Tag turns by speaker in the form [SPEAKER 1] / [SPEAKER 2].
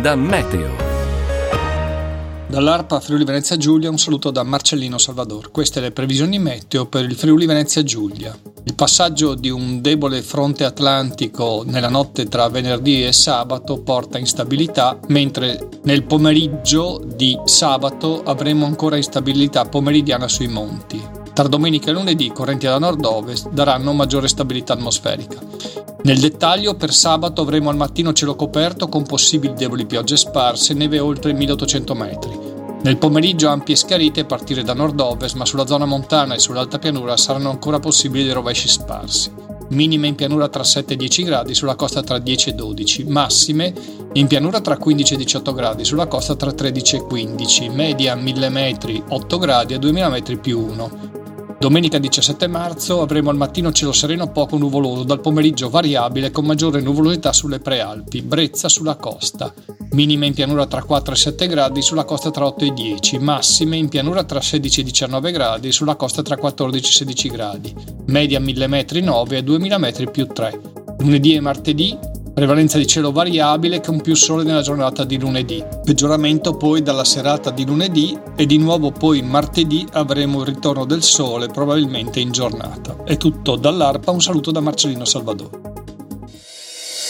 [SPEAKER 1] Agenda meteo.
[SPEAKER 2] Dall'ARPA Friuli Venezia Giulia un saluto da Marcellino Salvador. Queste le previsioni meteo per il Friuli Venezia Giulia. Il passaggio di un debole fronte atlantico nella notte tra venerdì e sabato porta instabilità, mentre nel pomeriggio di sabato avremo ancora instabilità pomeridiana sui monti. Tra domenica e lunedì correnti da nord-ovest daranno maggiore stabilità atmosferica. Nel dettaglio, per sabato avremo al mattino cielo coperto con possibili deboli piogge sparse e neve oltre 1800 metri. Nel pomeriggio ampie schiarite a partire da nord-ovest, ma sulla zona montana e sull'alta pianura saranno ancora possibili dei rovesci sparsi. Minime in pianura tra 7 e 10 gradi, sulla costa tra 10 e 12. Massime in pianura tra 15 e 18 gradi, sulla costa tra 13 e 15. Media a 1000 metri 8 gradi, a 2000 metri più 1. Domenica 17 marzo avremo al mattino cielo sereno poco nuvoloso, dal pomeriggio variabile con maggiore nuvolosità sulle prealpi, brezza sulla costa. Minime in pianura tra 4 e 7 gradi, sulla costa tra 8 e 10. Massime in pianura tra 16 e 19 gradi, sulla costa tra 14 e 16 gradi. Media 1000 metri 9 e 2000 metri più 3. Lunedì e martedì prevalenza di cielo variabile con più sole nella giornata di lunedì. Peggioramento poi dalla serata di lunedì e di nuovo poi martedì avremo il ritorno del sole probabilmente in giornata. È tutto dall'ARPA, un saluto da Marcellino Salvador.